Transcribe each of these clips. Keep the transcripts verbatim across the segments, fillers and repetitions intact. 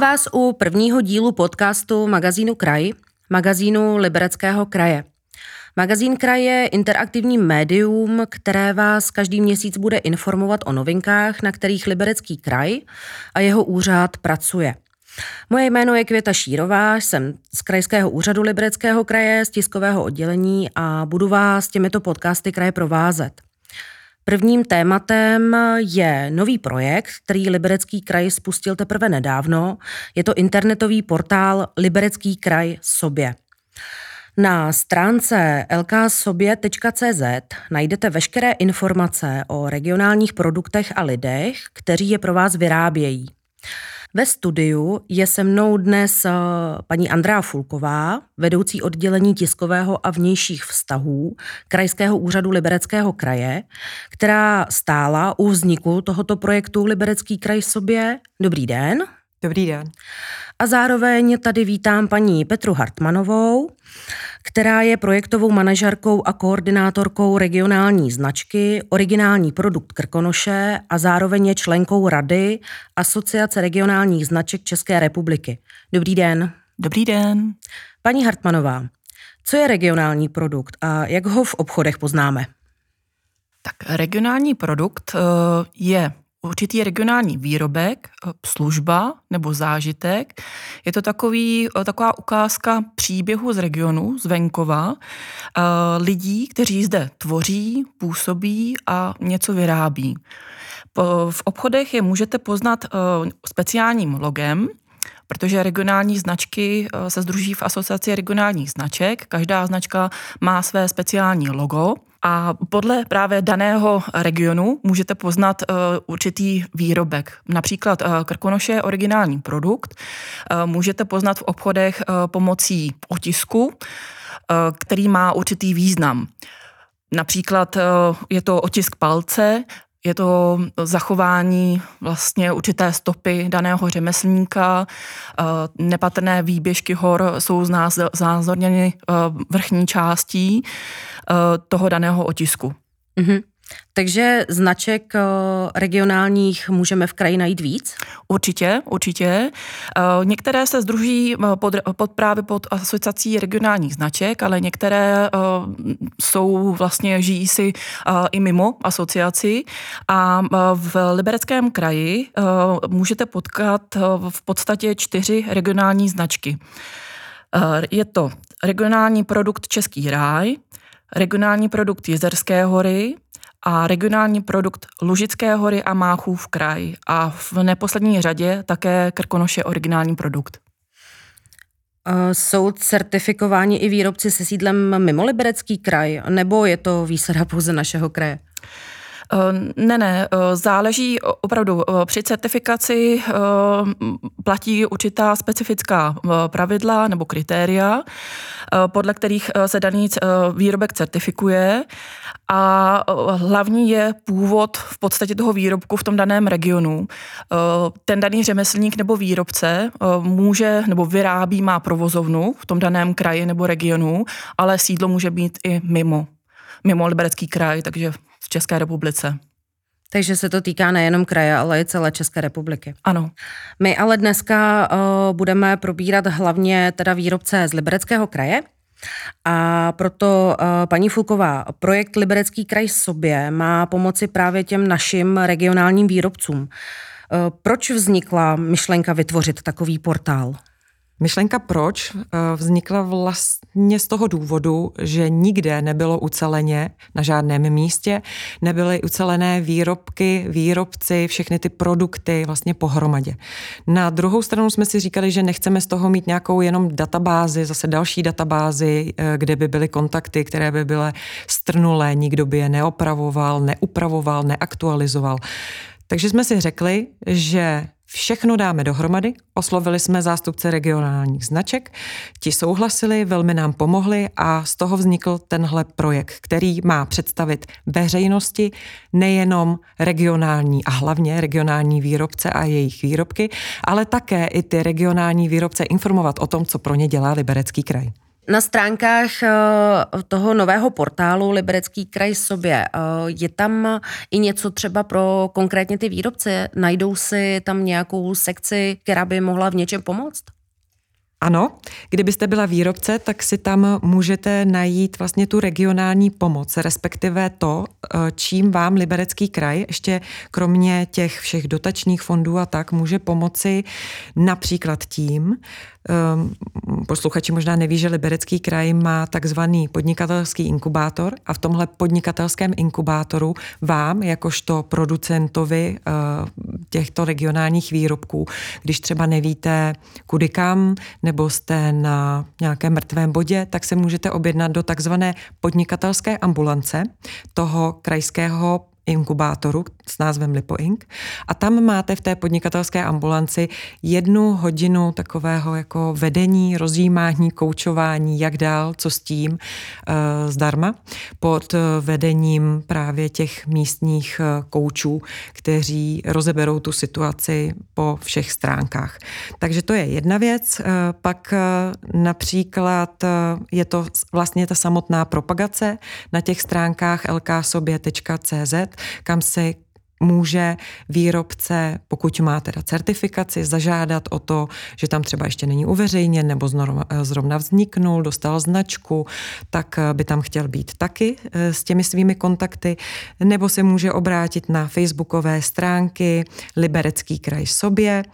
vás u prvního dílu podcastu magazínu Kraj, magazínu Libereckého kraje. Magazín Kraj je interaktivním médium, které vás každý měsíc bude informovat o novinkách, na kterých Liberecký kraj a jeho úřad pracuje. Moje jméno je Květa Šírová, jsem z Krajského úřadu Libereckého kraje, z tiskového oddělení a budu vás těmito podcasty kraje provázet. Prvním tématem je nový projekt, který Liberecký kraj spustil teprve nedávno. Je to internetový portál Liberecký kraj sobě. Na stránce el ká sobě tečka cé zet najdete veškeré informace o regionálních produktech a lidech, kteří je pro vás vyrábějí. Ve studiu je se mnou dnes paní Andrea Fulková, vedoucí oddělení tiskového a vnějších vztahů Krajského úřadu Libereckého kraje, která stála u vzniku tohoto projektu Liberecký kraj sobě. Dobrý den. Dobrý den. A zároveň tady vítám paní Petru Hartmanovou, která je projektovou manažerkou a koordinátorkou regionální značky Originální produkt Krkonoše a zároveň je členkou Rady Asociace regionálních značek České republiky. Dobrý den. Dobrý den. Paní Hartmanová, co je regionální produkt a jak ho v obchodech poznáme? Tak regionální produkt je určitý regionální výrobek, služba nebo zážitek. Je to takový, taková ukázka příběhu z regionu, z venkova, lidí, kteří zde tvoří, působí a něco vyrábí. V obchodech je můžete poznat speciálním logem, protože regionální značky se sdruží v asociaci regionálních značek. Každá značka má své speciální logo. A podle právě daného regionu můžete poznat uh, určitý výrobek. Například uh, Krkonoše je originální produkt. Uh, můžete poznat v obchodech uh, pomocí otisku, uh, který má určitý význam. Například uh, je to otisk palce, je to zachování vlastně určité stopy daného řemeslníka, nepatrné výběžky hor jsou znázorněny vrchní částí toho daného otisku. Mm-hmm. Takže značek regionálních můžeme v kraji najít víc? Určitě, určitě. Některé se sdruží pod, pod právě pod asociací regionálních značek, ale některé jsou vlastně, žijí si i mimo asociaci a v Libereckém kraji můžete potkat v podstatě čtyři regionální značky. Je to regionální produkt Český ráj, regionální produkt Jizerské hory, a regionální produkt Lužické hory a Máchův kraj. A v neposlední řadě také Krkonoše originální produkt. Jsou certifikováni i výrobci se sídlem mimo Liberecký kraj, nebo je to výsada pouze našeho kraje? Ne, ne, záleží opravdu. Při certifikaci platí určitá specifická pravidla nebo kritéria, podle kterých se daný výrobek certifikuje a hlavní je původ v podstatě toho výrobku v tom daném regionu. Ten daný řemeslník nebo výrobce může nebo vyrábí, má provozovnu v tom daném kraji nebo regionu, ale sídlo může být i mimo, mimo Liberecký kraj, takže v České republice. Takže se to týká nejenom kraje, ale i celé České republiky. Ano. My ale dneska uh, budeme probírat hlavně teda výrobce z Libereckého kraje a proto uh, paní Fulková, projekt Liberecký kraj sobě má pomoci právě těm našim regionálním výrobcům. Uh, proč vznikla myšlenka vytvořit takový portál? Myšlenka proč vznikla vlastně z toho důvodu, že nikde nebylo uceleně na žádném místě, nebyly ucelené výrobky, výrobci, všechny ty produkty vlastně pohromadě. Na druhou stranu jsme si říkali, že nechceme z toho mít nějakou jenom databázi, zase další databázi, kde by byly kontakty, které by byly strnulé, nikdo by je neopravoval, neupravoval, neaktualizoval. Takže jsme si řekli, že všechno dáme dohromady, oslovili jsme zástupce regionálních značek, ti souhlasili, velmi nám pomohli a z toho vznikl tenhle projekt, který má představit veřejnosti nejenom regionální a hlavně regionální výrobce a jejich výrobky, ale také i ty regionální výrobce informovat o tom, co pro ně dělá Liberecký kraj. Na stránkách toho nového portálu Liberecký kraj sobě je tam i něco třeba pro konkrétně ty výrobce? Najdou si tam nějakou sekci, která by mohla v něčem pomoct? Ano, kdybyste byla výrobce, tak si tam můžete najít vlastně tu regionální pomoc, respektive to, čím vám Liberecký kraj ještě kromě těch všech dotačních fondů a tak může pomoci například tím, posluchači možná neví, že Liberecký kraj má takzvaný podnikatelský inkubátor a v tomhle podnikatelském inkubátoru vám, jakožto producentovi těchto regionálních výrobků, když třeba nevíte kudy kam, nebo jste na nějakém mrtvém bodě, tak se můžete objednat do takzvané podnikatelské ambulance toho krajského inkubátoru s názvem LipoInk a tam máte v té podnikatelské ambulanci jednu hodinu takového jako vedení, rozjímání, koučování, jak dál, co s tím, e, zdarma, pod vedením právě těch místních koučů, kteří rozeberou tu situaci po všech stránkách. Takže to je jedna věc. E, pak e, například e, je to vlastně ta samotná propagace na těch stránkách el ká sobě tečka cé zet, kam se může výrobce, pokud má teda certifikaci, zažádat o to, že tam třeba ještě není uveřejněn nebo zrovna vzniknul, dostal značku, tak by tam chtěl být taky s těmi svými kontakty, nebo se může obrátit na facebookové stránky Liberecký kraj sobě,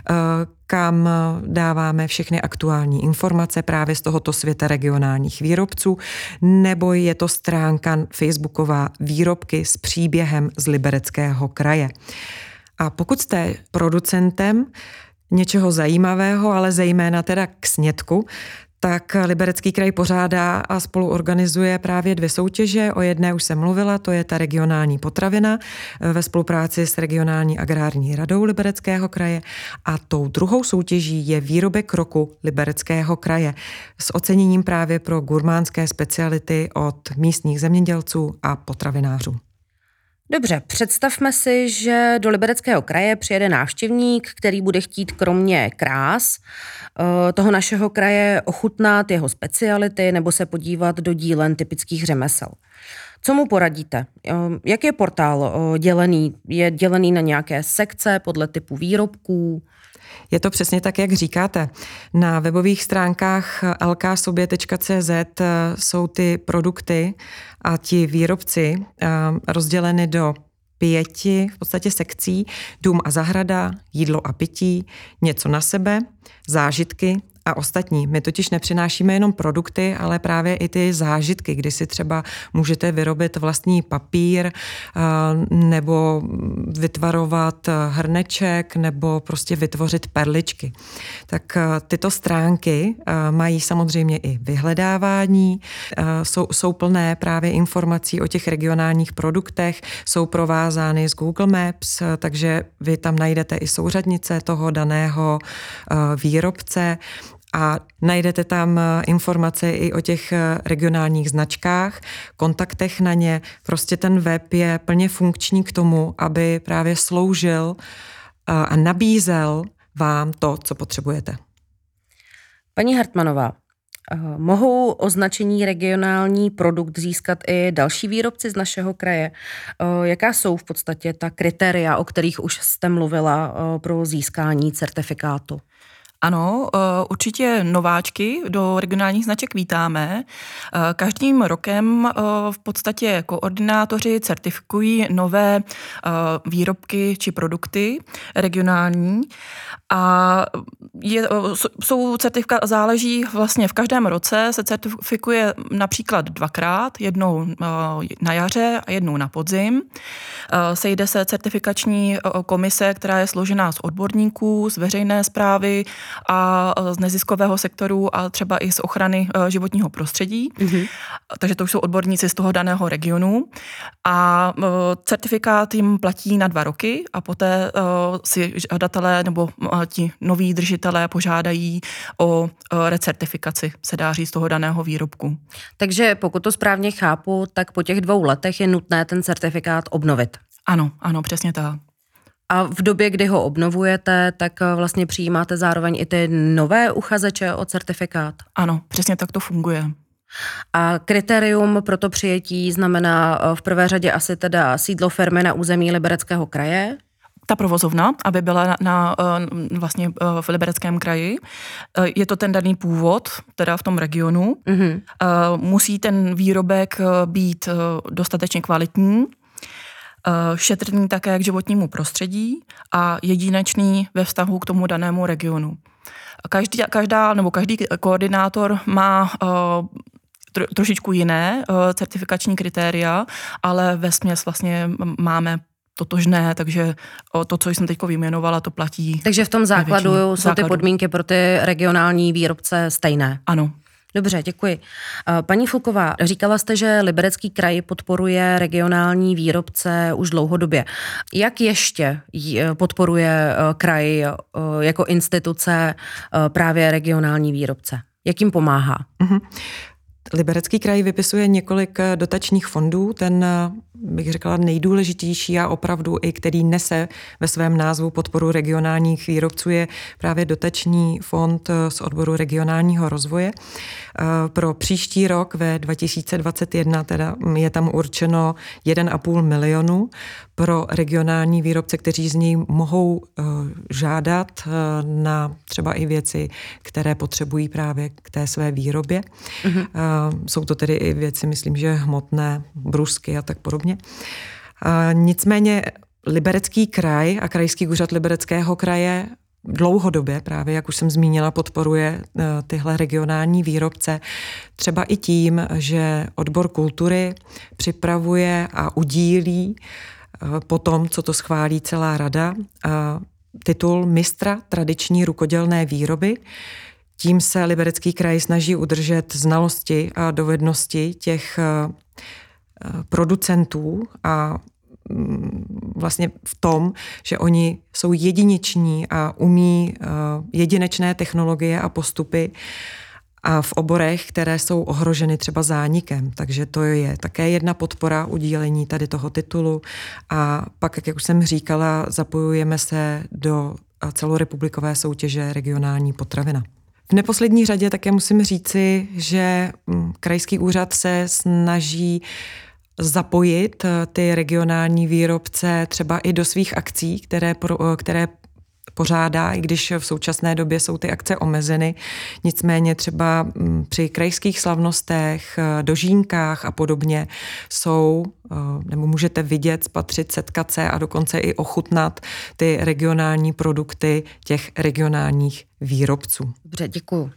kam dáváme všechny aktuální informace právě z tohoto světa regionálních výrobců, nebo je to stránka facebooková Výrobky s příběhem z Libereckého kraje. A pokud jste producentem něčeho zajímavého, ale zejména teda k snědku, tak Liberecký kraj pořádá a spoluorganizuje právě dvě soutěže. O jedné už jsem mluvila, to je ta regionální potravina ve spolupráci s regionální agrární radou Libereckého kraje a tou druhou soutěží je výrobek roku Libereckého kraje s oceněním právě pro gurmánské speciality od místních zemědělců a potravinářů. Dobře, představme si, že do Libereckého kraje přijede návštěvník, který bude chtít kromě krás toho našeho kraje ochutnat jeho speciality nebo se podívat do dílen typických řemesel. Co mu poradíte? Jak je portál dělený? Je dělený na nějaké sekce podle typu výrobků? Je to přesně tak, jak říkáte. Na webových stránkách el ká sobě tečka cé zet jsou ty produkty a ti výrobci rozděleny do pěti v podstatě sekcí: dům a zahrada, jídlo a pití, něco na sebe, zážitky a ostatní. My totiž nepřinášíme jenom produkty, ale právě i ty zážitky, kdy si třeba můžete vyrobit vlastní papír nebo vytvarovat hrneček nebo prostě vytvořit perličky. Tak tyto stránky mají samozřejmě i vyhledávání, jsou, jsou plné právě informací o těch regionálních produktech, jsou provázány s Google Maps, takže vy tam najdete i souřadnice toho daného výrobce, a najdete tam informace i o těch regionálních značkách, kontaktech na ně. Prostě ten web je plně funkční k tomu, aby právě sloužil a nabízel vám to, co potřebujete. Paní Hartmanová, mohou označení regionální produkt získat i další výrobci z našeho kraje? Jaká jsou v podstatě ta kritéria, o kterých už jste mluvila pro získání certifikátu? Ano, určitě nováčky do regionálních značek vítáme. Každým rokem v podstatě koordinátoři certifikují nové výrobky či produkty regionální a je, jsou certifikáty, záleží vlastně v každém roce, se certifikuje například dvakrát, jednou na jaře a jednou na podzim. Sejde se certifikační komise, která je složená z odborníků, z veřejné správy a z neziskového sektoru a třeba i z ochrany životního prostředí. Mm-hmm. Takže to už jsou odborníci z toho daného regionu. A certifikát jim platí na dva roky a poté si žadatelé nebo ti noví držitelé požádají o recertifikaci, se dá říct, toho daného výrobku. Takže pokud to správně chápu, tak po těch dvou letech je nutné ten certifikát obnovit. Ano, ano, přesně tak. A v době, kdy ho obnovujete, tak vlastně přijímáte zároveň i ty nové uchazeče o certifikát? Ano, přesně tak to funguje. A kritérium pro to přijetí znamená v prvé řadě asi teda sídlo firmy na území Libereckého kraje? Ta provozovna, aby byla na, na, vlastně v Libereckém kraji. Je to ten daný původ, teda v tom regionu. Mm-hmm. Musí ten výrobek být dostatečně kvalitní, šetrný také k životnímu prostředí a jedinečný ve vztahu k tomu danému regionu. Každý, každá, nebo každý koordinátor má tro, trošičku jiné certifikační kritéria, ale vesměs vlastně máme totožné, takže to, co jsem teď vyjmenovala, to platí. Takže v tom základu jsou základu. Ty podmínky pro ty regionální výrobce stejné? Ano. Dobře, děkuji. Paní Fulková, říkala jste, že Liberecký kraj podporuje regionální výrobce už dlouhodobě. Jak ještě podporuje kraj jako instituce právě regionální výrobce? Jak jim pomáhá? Mm-hmm. Liberecký kraj vypisuje několik dotačních fondů. Ten, bych řekla, nejdůležitější a opravdu i který nese ve svém názvu podporu regionálních výrobců je právě dotační fond z odboru regionálního rozvoje. Pro příští rok ve dva tisíce dvacet jedna teda je tam určeno jeden a půl milionu pro regionální výrobce, kteří z něj mohou žádat na třeba i věci, které potřebují právě k té své výrobě. Mm-hmm. Jsou to tedy i věci, myslím, že hmotné, brusky a tak podobně. Nicméně Liberecký kraj a Krajský úřad Libereckého kraje dlouhodobě, právě jak už jsem zmínila, podporuje tyhle regionální výrobce. Třeba i tím, že odbor kultury připravuje a udílí po tom, co to schválí celá rada, titul mistra tradiční rukodělné výroby. Tím se Liberecký kraj snaží udržet znalosti a dovednosti těch producentů a vlastně v tom, že oni jsou jedineční a umí jedinečné technologie a postupy a v oborech, které jsou ohroženy třeba zánikem. Takže to je také jedna podpora udílení tady toho titulu. A pak, jak už jsem říkala, zapojujeme se do celorepublikové soutěže regionální potravina. V neposlední řadě také musím říci, že krajský úřad se snaží zapojit ty regionální výrobce třeba i do svých akcí, které, které pořádá, i když v současné době jsou ty akce omezeny. Nicméně třeba při krajských slavnostech, dožínkách a podobně jsou, nebo můžete vidět, spatřit, setkat se a dokonce i ochutnat ty regionální produkty těch regionálních výrobců. Dobře, děkuju.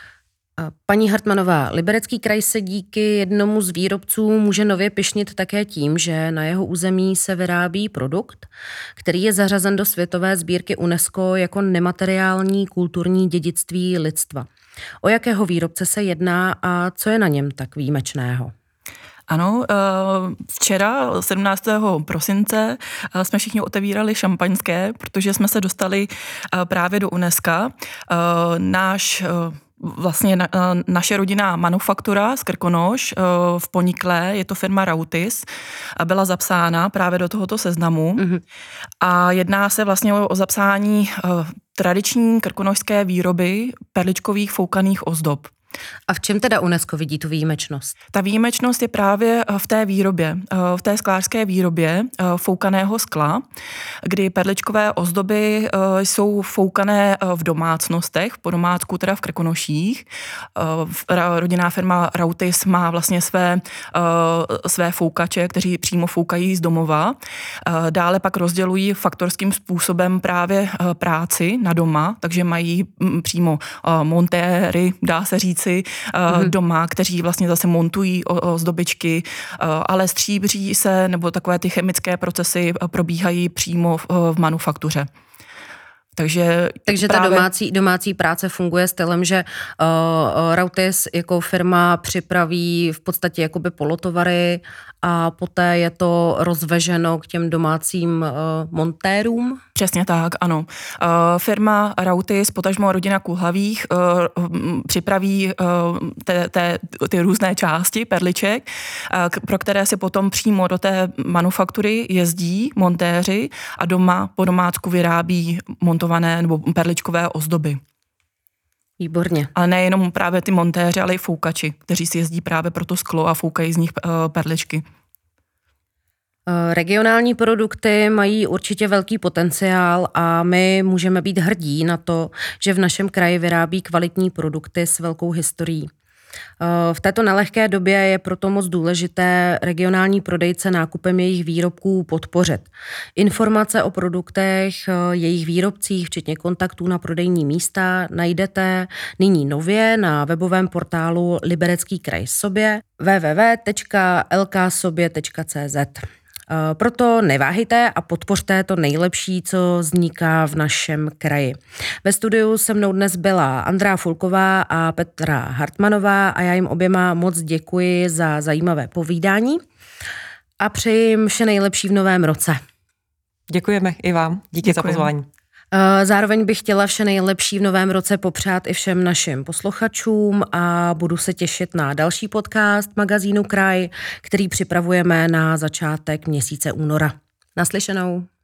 Paní Hartmanová, Liberecký kraj se díky jednomu z výrobců může nově pyšnit také tím, že na jeho území se vyrábí produkt, který je zařazen do světové sbírky UNESCO jako nemateriální kulturní dědictví lidstva. O jakého výrobce se jedná a co je na něm tak výjimečného? Ano, včera, sedmnáctého prosince, jsme všichni otevírali šampaňské, protože jsme se dostali právě do UNESCO. Náš Vlastně na, naše rodinná manufaktura z Krkonoš v Poníklé, je to firma Rautis, byla zapsána právě do tohoto seznamu. Mm-hmm. A jedná se vlastně o, o zapsání tradiční krkonošské výroby perličkových foukaných ozdob. A v čem teda UNESCO vidí tu výjimečnost? Ta výjimečnost je právě v té výrobě, v té sklářské výrobě foukaného skla, kdy perličkové ozdoby jsou foukané v domácnostech, po domácku teda v Krkonoších. Rodinná firma Rautis má vlastně své, své foukače, kteří přímo foukají z domova. Dále pak rozdělují faktorským způsobem právě práci na doma, takže mají přímo montéry, dá se říct, mm-hmm. doma, kteří vlastně zase montují ozdobičky, ale stříbří se, nebo takové ty chemické procesy probíhají přímo v, v manufaktuře. Takže, Takže právě... ta domácí, domácí práce funguje stylem, že uh, Rautis jako firma připraví v podstatě jakoby polotovary a poté je to rozveženo k těm domácím uh, montérům? Přesně tak, ano. Uh, firma Rautis, potažmo rodina Kulhavých, uh, připraví uh, te, te, ty různé části perliček, uh, k, pro které si potom přímo do té manufaktury jezdí montéři a doma po domácku vyrábí montované nebo perličkové ozdoby. Výborně. Ale nejenom právě ty montéři, ale i foukači, kteří si jezdí právě pro to sklo a foukají z nich uh, perličky. Regionální produkty mají určitě velký potenciál a my můžeme být hrdí na to, že v našem kraji vyrábí kvalitní produkty s velkou historií. V této nelehké době je proto moc důležité regionální prodejce nákupem jejich výrobků podpořit. Informace o produktech, jejich výrobcích, včetně kontaktů na prodejní místa, najdete nyní nově na webovém portálu Liberecký kraj sobě w w w tečka l k sobě tečka c z. Proto neváhejte a podpořte to nejlepší, co vzniká v našem kraji. Ve studiu se mnou dnes byla Andrea Fulková a Petra Hartmanová a já jim oběma moc děkuji za zajímavé povídání a přeji jim vše nejlepší v novém roce. Děkujeme i vám. Díky Děkujeme. za pozvání. Zároveň bych chtěla vše nejlepší v novém roce popřát i všem našim posluchačům a budu se těšit na další podcast magazínu Kraj, který připravujeme na začátek měsíce února. Naslyšenou.